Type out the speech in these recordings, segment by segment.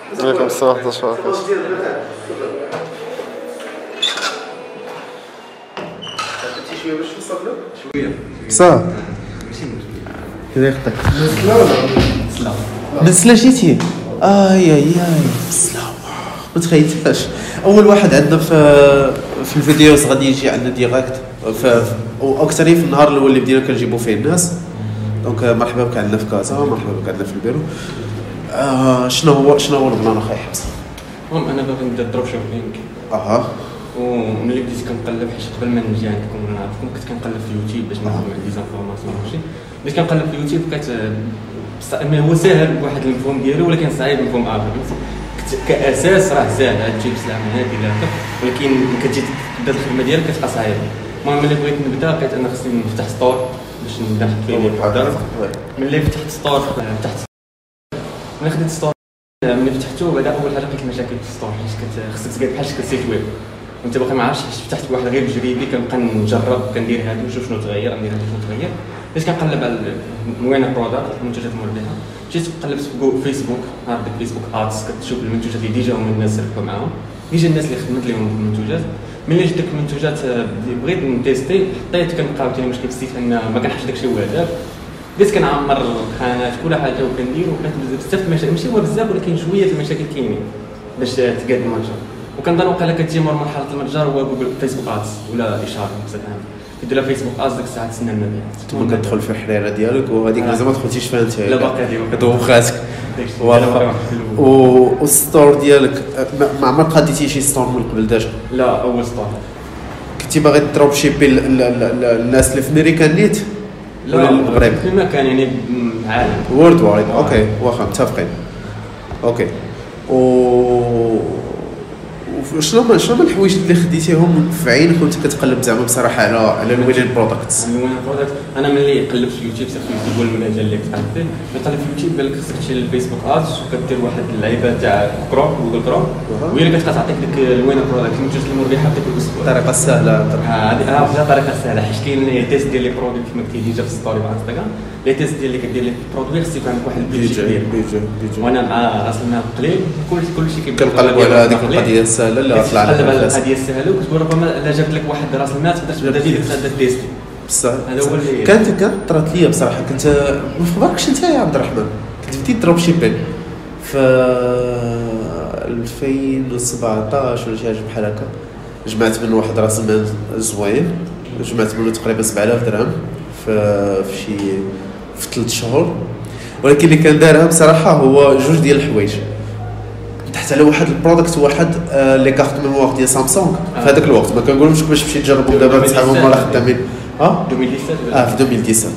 عليكم السلام ورحمة الله وبركاته. صح كذا يخطيك نسلا جيتي اي بسلام ما تخيلتهاش. اول واحد عندنا في الفيديوز غادي يجي عندنا ديريكت واكثر في النهار الاول اللي بدينا كنجيبوا فيه الناس. دونك مرحبا بك عندنا في كازا، مرحبا بك عندنا في البيرو. شنو هو البلان اخي حبس؟ المهم انا باغي ندير دروب شوبينغ. وملي بديت كنقلب حيت قبل ما نجي عندكم ونعرفكم كنت كنقلب في اليوتيوب باش ناخذ دي زانفورماسيون ماشي. بديت كنقلب في اليوتيوب بقيت هو ساهل بواحد المفهوم ديالو ولكن صعيب المفهوم اخر. كاساس راه ساهل هاد تجيب سلعه من هادي لهاك، ولكن كتجي تبدا الخدمه ديالك كتبقى صعيبه. المهم ملي بغيت نبدا لقيت انا خصني نفتح ستور باش نبدا نحط فيه البرودكت. ملي فتحت ستور ملي خديت ستور ملي فتحته بعدا اول حاجه لقيت المشاكل في السطور حيت خصك تقاد بحال شكل سيت ويب وانت باقي ما عرفتش. فتحت واحد غير تجريبي كنبقى نجرب كندير هادو ونشوف شنو تغير ندير هادو شنو تغير. بديت كنقلب على وين البرودكت المنتوجات المربحه. جيت قلبت في فيسبوك، عرفت فيسبوك ادز كتشوف المنتوجات اللي ديجا هما الناس ربحوا معاهم، ديجا الناس اللي خدمت لهم المنتوجات. ملي جات ديك المنتوجات بغيت نتيستي حطيت كنبقى عاوتاني مشكل في السيت ان ما كنحبش داكشي هو هذاك. بديت كنعمر الخانات كل حاجه وكندير وبقيت بزاف المشاكل ماشي هو بزاف ولكن شويه المشاكل كاينين باش تقاد المتجر. وكنظن وقيلا كتجي مور مرحله المتجر هو جوجل فيسبوك ادز ولا اشاره بصفه عامه. كدير فيسبوك ادز ديك الساعه تسنى المبيعات ثم كتدخل في الحريره ديالك وهذيك مازال ما دخلتيش فيها انت. لا باقي هذه دوخاتك والستور ديالك ما عمرك خديتي شي ستور من قبل ديجا؟ لا اول ستور. كنتي باغي تدروب شيبي الناس اللي في امريكان نيت ولا المغرب في مكان يعني عالم وورد وايد؟ اوكي واخا متفقين. اوكي شنو هما الحوايج اللي خديتيهم في عينك وانت كتقلب زعما بصراحه على الوين برودكتس؟ الوين برودكت انا ملي قلبت في اليوتيوب صافي هو المجال اللي كنت فيه. كنقلب في اليوتيوب قال لك خصك تمشي للفيسبوك ادز وكدير واحد اللعيبه تاع كروم جوجل كروم وهي اللي كتعطيك ديك الوين برودكت المنتوجات المربحه في ديك الاسبوع. الطريقه السهله هذه الطريقه السهله حيت كاين لي تيست ديال لي برودوي كما قلتي ديجا في ستوري مع انستغرام. لي تيست ديال اللي كدير لي برودوي خصك يكون عندك واحد البيجي كبير وانا مع راس المال قليل كلشي كنقلبوا على هذيك القضيه السهله اللي طلع لك القضيه السهله وكتقول ربما الا جابت لك واحد راس المال تقدر تبدا تيستي بصح. هذا هو اللي كانت طرات ليا بصراحه. كنت ما فبركش انت يا عبد الرحمن كنت بديت دروب شيبين في 2017 ولا شي حاجه بحال هكا. جمعت منه واحد راس المال زوين، جمعت منه تقريبا 7000 درهم في شي 3 شهور. ولكن اللي كان دارها بصراحه هو جوج ديال الحوايج. تحت على واحد البرودكت واحد لي كارت ميموار ديال سامسونج في هذاك الوقت ما كنقولهمش باش تمشي تجربهم دابا بصحابهم ولا خدامين 2017 في 2017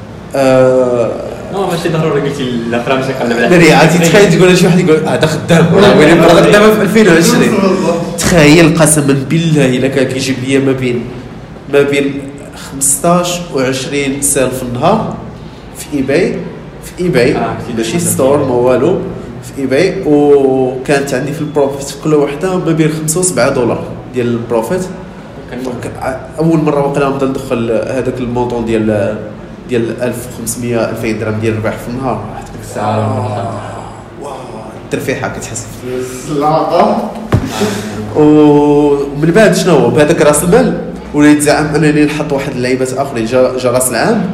نو ماشي ضروري قلتي الافلام ماشي قلب عليها. دري عادي تخيل تقول شي واحد يقول هذا خدام راه وين البرودكت دابا في 2020. تخيل قسما بالله الا كان كيجيب لي ما بين 15 و20 سال في النهار في ايباي ماشي ستور ما والو في ايباي. وكانت عندي في البروفيت في كل وحده ما بين 5 و 7 دولار ديال البروفيت. اول مره وقيلا نبدا ندخل هذاك المونطون ديال 1500 2000 درهم ديال الربح في النهار. واحد ديك الساعه واو الترفيحه كتحس السلاقه. ومن بعد شنو هو بهذاك راس المال ولا يتزعم انني نحط واحد اللعيبات اخرين. جا راس العام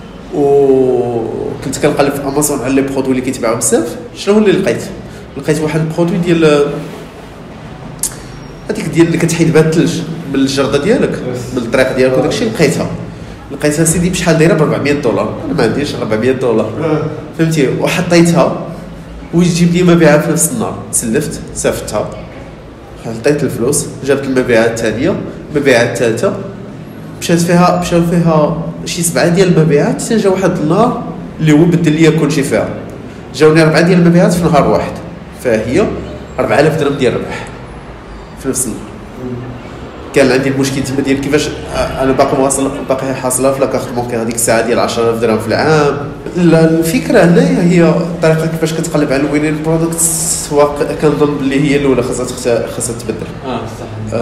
وكنت كنقلب في امازون على لي برودوي اللي كيتباعوا بزاف. شنو اللي لقيت واحد البرودوي ديال هذيك اللي كتحيد بها الثلج من الجرده ديالك من الطريق ديالك وداك الشيء. لقيتها سيدي بشحال دايره ب 400 دولار. انا ما عنديش 400 دولار فهمتي. وحطيتها ويجيب لي مبيعات في نفس النهار. سلفت صيفطتها عطيت الفلوس جابت المبيعات الثانيه المبيعات الثالثه مشاو فيها شي 7 ديال المبيعات. حتى جا واحد النهار اللي هو بدل لي كلشي فيها. جاوني 4 ديال المبيعات في نهار واحد فهي 4000 درهم ديال الربح في نفس النهار. كان عندي المشكل تما ديال كيفاش انا باقي حاصله في لاكارت بونكي هذيك الساعه ديال 10000 درهم في العام. الفكره هنايا هي الطريقه كيفاش كتقلب على الوينين برودكتس. كنظن بلي هي الاولى خاصها تبدل. صح.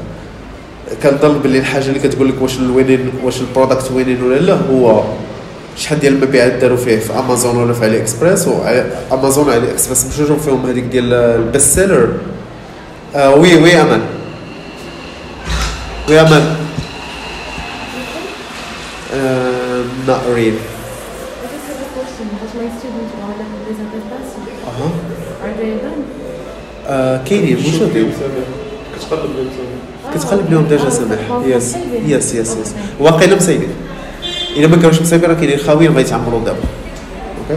كنظن بلي الحاجه اللي كتقول لك واش البرودكت وينين ولا لا هو شحال ديال المبيعات داروا فيه في امازون ولا في علي اكسبريس. وامازون وعلي اكسبريس بجوجهم فيهم هذيك ديال البيست سيلر. وي امان not really. I just have a question. But my students are like this at the class. Are they done? كاينين موجودين. كتقلب لهم ديجا سامح. يس واقيلا مسيبين. الا ما كانوش مسيبين راه كاينين خاويين غيتعمروا دابا. اوكي.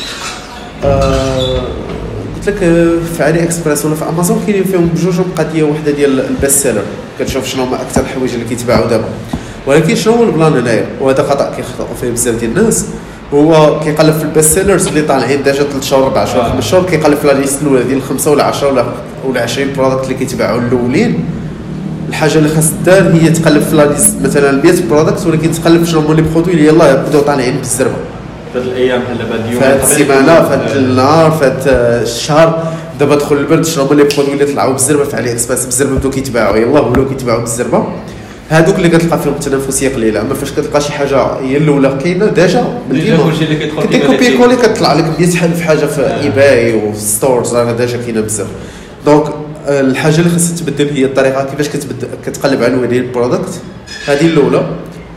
قلت لك في علي اكسبريس ولا في امازون كاينين فيهم بجوجهم قضيه واحده ديال البيست سيلر. كتشوف شنو هما اكثر الحوايج اللي كيتباعوا دابا. ولكن شنو هو البلان هنايا؟ وهذا خطا كيخطئوا فيه بزاف ديال الناس. هو كيقلب في البيست سيلرز اللي طالعين ديجا 3 شهور 4 شهور 5 شهور. كيقلب في لا ليست الاولى ديال 5 ولا 10 ولا 20 برودكت اللي كيتباعوا الاولين. الحاجه اللي خاص دار هي تقلب في لا ليست مثلا 100 برودكت، ولكن تقلب شنو هما لي برودوي اللي يلاه بداو طالعين بالزربه في هاد الايام بحال دابا اليوم، في هاد السيمانه، في هاد النهار، في هاد الشهر. دابا دخل البرد شنو هما لي برودوي اللي طلعوا بالزربه في علي اكسبريس بالزربه بداو كيتباعوا، يلاه ولاو كيتباعوا بالزربه. هادوك اللي كتلقى فيهم التنافسيه قليله. اما فاش كتلقى شي حاجه هي الاولى كاينه ديجا كلشي اللي كيدخل كدير كوبي كولي كتطلع لك 100,000 حاجه في ايباي وفي ستورز راه ديجا كاينه بزاف. دونك الحاجه اللي خاصها تبدل هي الطريقه كيفاش كتقلب على الوين ديال البرودكت. هذه الاولى.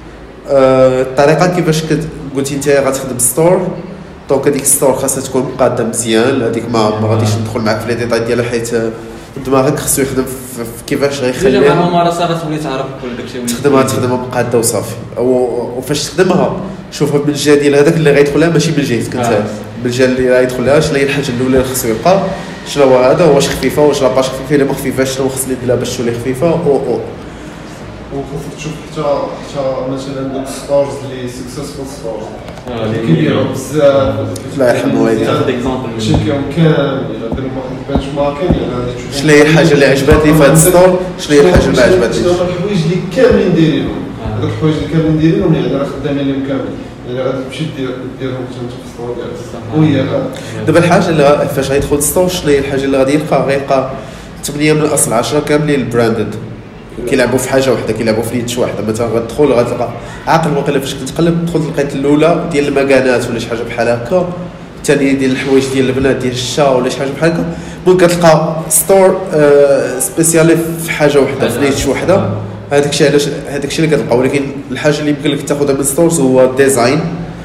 الطريقه كيفاش قلتي انت غتخدم ستور. دونك هذيك ستور خاصها تكون مقاده مزيان. هذيك ما غاديش ندخل معاك في لي ديتاي ديالها حيت دماغك خصو يخدم في كيفاش غيخليها. ديجا مع الممارسه غتولي تعرف كل داكشي تخدمها مقاده وصافي. وفاش تخدمها شوفها من الجهه ديال هذاك اللي غيدخلها ماشي من جهتك انت. من الجهه اللي غيدخلها شنو هي الحاجه الاولى اللي خصو يلقى، شنو هو هذا، واش خفيفه واش لاباج خفيفه، الا ما خفيفاش شنو خصني ندير باش تولي خفيفه. وخاصك تشوف حتى مثلا دوك ستورز اللي سكسسفول ستورز اللي كيبيعوا بزاف. الله يرحمه والديك. هاد اكزامبل شركهم كامل الا درنا واحد البنش ماركين يعني تشوف شنو هي الحاجه اللي عجبتني في هذا الستور، شنو هي الحاجه اللي ما عجبتنيش. شنو هما الحوايج اللي كاملين دايرينهم. هذوك الحوايج اللي كاملين دايرينهم يعني راه خدامين عليهم كامل. يعني غادي تمشي ديرهم حتى انت في الستور ديالك. وهي دابا الحاجه اللي فاش غيدخل الستور شنو هي الحاجه اللي غادي غيلقى 8 من الاصل 10 كاملين البراندد. كيلعبوا في حاجه واحده، كيلعبوا في نيتش واحده. مثلا غتدخل غتلقى عاقل واقيلا فاش كتقلب دخلت لقيت الاولى ديال المكانات ولا شي حاجه بحال هكا، الثانيه ديال الحوايج ديال البنات ديال الشا ولا شي حاجه بحال هكا. ممكن كتلقى ستور سبيسيالي في حاجه واحده في نيتش واحده. هذاك الشيء علاش هذاك الشيء اللي كتلقى. ولكن الحاجه اللي يمكن لك تاخذها من ستورز هو الديزاين،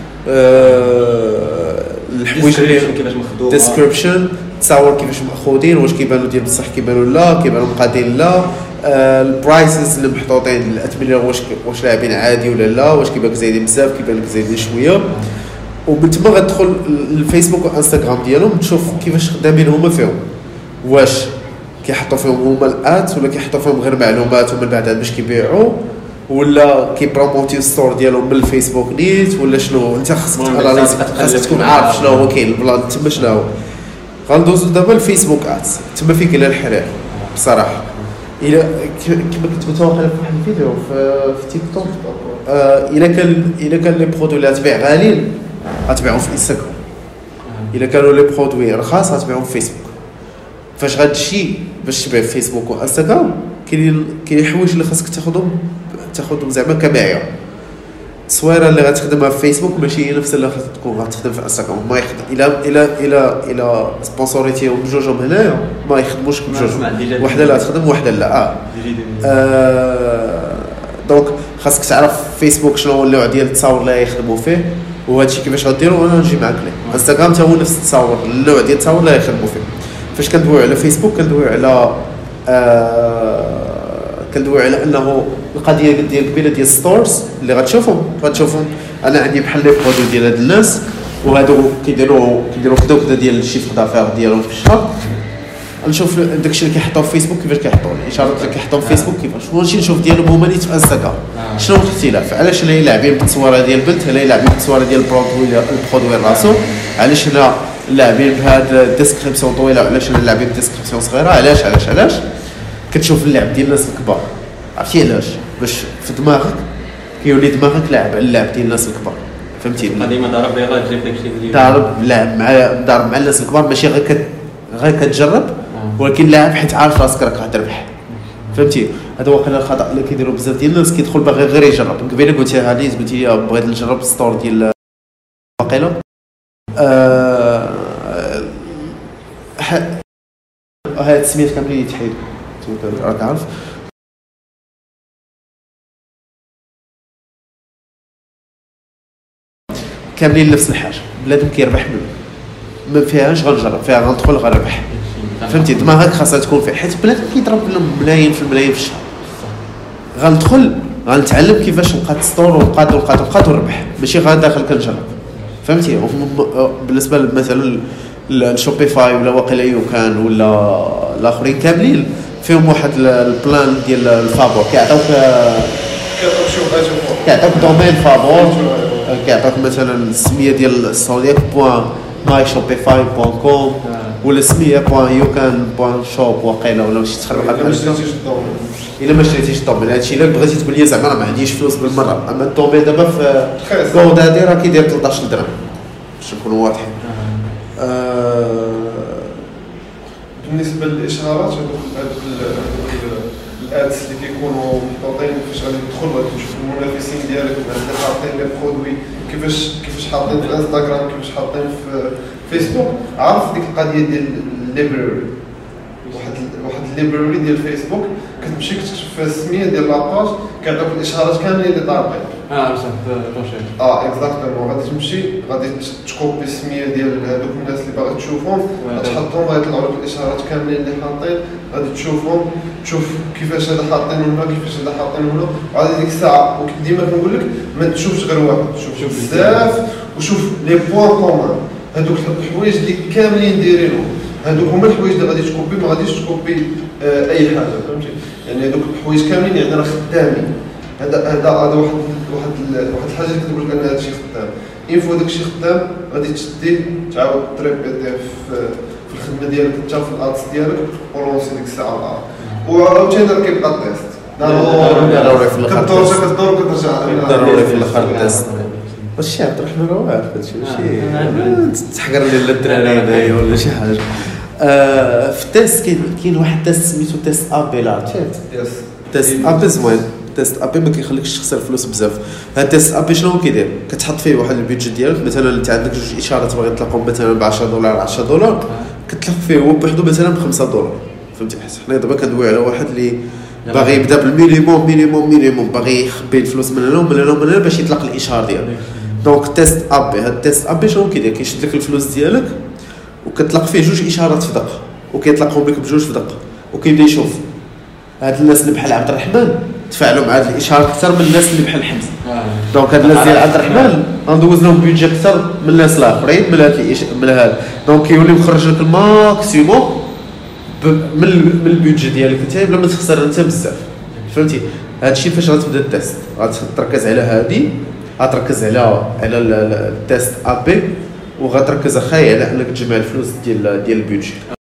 الحوايج اللي كيفاش مخدومه، ديسكريبشن، تصاور كيفاش ماخذين، واش كيبانوا ديال بصح كيبانوا لا، كيبانوا مقادين لا، البرايسز اللي محطوطين الاثمنه واش لاعبين عادي ولا لا، واش كيبان لك زايدين بزاف كيبان لك زايدين شويه. ومن تما غتدخل الفيسبوك والانستغرام ديالهم تشوف كيفاش خدامين هما فيهم، واش كيحطوا فيهم هما الات ولا كيحطوا فيهم غير معلومات ومن بعد باش كيبيعوا، ولا كيبروموتيو ستور ديالهم من الفيسبوك نيت ولا شنو. انت خاصك تكون عارف شنو هو كاين البلان تما شنو هو. غندوزو دابا الفيسبوك ادز تما فين كاين الحرير بصراحه. الى كما كنت متوقع في واحد الفيديو في تيك توك، الا كان لي برودوي اللي غتبيع غاليين غتبيعهم في انستغرام، الا كانوا لي برودوي رخاص غتبيعهم في فيسبوك. فاش غتمشي باش تبيع في فيسبوك وانستغرام كاين حوايج اللي خاصك تاخذهم زعما كمعيار. التصويره اللي غتخدمها في فيسبوك ماشي هي نفس اللي تكون غتخدم في انستغرام. ما يخدم الى سبونسوريتيهم بجوجهم هنايا ما يخدموش بجوج، وحده لا تخدم وحده لا. دونك خاصك تعرف فيسبوك شنو هو النوع ديال التصاور اللي يخدموا فيه، وهذا الشيء كيفاش غديروا وانا نجي معاك ليه. انستغرام حتى هو نفس التصاور، النوع ديال التصاور اللي يخدموا فيه. فاش كندويو على فيسبوك كندويو على انه القضيه ديال قبيله ديال ستورز اللي غتشوفهم انا عندي بحال لي برودوي ديال هاد الناس، وهادو كيديروا كذا وكذا ديال الشيفر دافير ديالهم في الشهر. نشوف داكشي اللي كيحطوه في فيسبوك كيفاش كيحطوه، الاشارات اللي كيحطوه في فيسبوك كيفاش، ونمشي نشوف ديالهم هما نيت في انستغرام. شنو الاختلاف؟ علاش هنا لاعبين بالتصويره ديال البنت، هنا لاعبين بالتصويره ديال البرودوي راسو، علاش هنا لاعبين بهاد الديسكريبسيون طويله، علاش هنا لاعبين بديسكريبسيون صغيره، علاش كتشوف اللعب ديال الناس الكبار. عرفتي علاش؟ باش في دماغك كيولي دماغك لاعب على اللعب ديال الناس الكبار، فهمتيني؟ ديما ضارب لي غير تجيب داكشي اللي ضارب مع الناس الكبار، ماشي غير كتجرب، ولكن لاعب حيت عارف راسك راك غتربح، فهمتي؟ هذا هو الخطا اللي كيديروا بزاف ديال الناس، كيدخل باغي غير يجرب. قبيله قلتيها لي بغيت نجرب ستور ديال واقيلا هاد السميات كاملين يتحيدوا راك عارف. كاملين نفس الحاجه، بنادم كيربح منه ما فيهاش غنجرب فيها غندخل غنربح، فهمتي؟ دماغك خاصها تكون فيه، حيت بنادم كيضرب ملايين في الملايين في الشهر. غندخل غنتعلم كيفاش نبقى تستور ونبقى نربح، ماشي غندخل كنجرب، فهمتي؟ بالنسبه مثلا الشوبيفاي ولا واقيلا يوكان ولا الاخرين كاملين فيهم واحد البلان ديال الفابور، كيعطيوك دومين فابور، كيعطيك مثلا السميه ديال الصون ديالك .myshopify.com ولا سميه .youcan.shop واقيلا ولا شي تخربق بحال هكا. الا ما شريتيش الدومين هادشي الا بغيتي تقول لي زعما ما عنديش فلوس بالمره، اما الدومين دابا في كودادي راه كيدير 13 درهم باش نكونوا واضحين. بالنسبه للاشهارات هذوك الادس اللي كيكونوا محطوطين فاش غادي تدخل غادي تشوف المنافسين ديالك اللي حاطين لي برودوي كيفاش حاطين في انستغرام كيفاش حاطين في فيسبوك. عارف ديك القضيه ديال الليبراري، واحد الليبراري ديال فيسبوك كتمشي كتكتب فيها السميه ديال لاباج كيعطيوك الاشهارات كاملين اللي طالعين. اكزاكتومون غادي تمشي غادي تكوبي السميه ديال هذوك الناس اللي باغي تشوفهم غتحطهم غيطلعوا لك الاشهارات كاملين اللي حاطين، غادي تشوفهم تشوف كيفاش هذا حاطين هنا كيفاش هذا حاطين هنا، وغادي ديك الساعه وديما كنقول لك ما تشوفش غير واحد، شوف بزاف وشوف لي بوين كومون، هذوك الحوايج اللي كاملين دايرينهم هذوك هما الحوايج اللي غادي تكوبي، ما غاديش تكوبي اي حاجه، فهمتي؟ يعني هذوك الحوايج كاملين يعني راه خدامين. هذا واحد الحاجه اللي كتقول لك ان هذا الشيء خدام، ينفو داك الشيء خدام غادي تشديه تعاود تريبيتيه في الخدمه ديالك حتى في الادس ديالك ورونسي ديك الساعه وعاوتاني راه كيبقى التيست ضروري في الاخر، كدور كترجع ضروري في الاخر التيست. واش عبد الرحمن راه عارف هادشي ماشي تحقر لي الدراري هنايا ولا شي حاجه. في التيست كاين واحد التيست سميتو تيست ابي، لا عرفتي؟ تيست ابي زوين، تيست ابي ما كيخليكش تخسر فلوس بزاف. هاد تيست ابي شنو كيدير؟ كتحط فيه واحد البيدجيت ديالك، مثلا انت عندك جوج اشارات باغي تلاقاو مثلا ب $10 $10 كتلاق فيه هو بوحدو مثلا ب $5، فهمتي؟ حنا دابا كندوي على واحد اللي باغي يبدا بالمينيموم باغي يخبي الفلوس من هنا ومن هنا ومن هنا باش يطلق الاشهار ديالو. دونك تيست ابي، هاد التيست ابي شنو كيدير؟ كيشد لك الفلوس ديالك وكتلق فيه جوج اشارات في دقه وكيطلقهم لك بجوج في دقه، وكيبدا يشوف هاد الناس اللي بحال عبد الرحمن تفاعلوا مع هاد الاشهار اكثر من الناس اللي بحال حمزه. دونك هاد الناس ديال عبد الرحمن غندوز لهم بيدجي اكثر من الناس الاخرين من هاد دونك كيولي مخرج لك الماكسيموم من البيدجي ديالك انت بلا ما تخسر انت بزاف، فهمتي؟ هادشي فاش غتبدا التيست غتركز على هادي، غتركز على التيست ابي، وغتركز اخاي على انك تجمع الفلوس ديال البيدجي.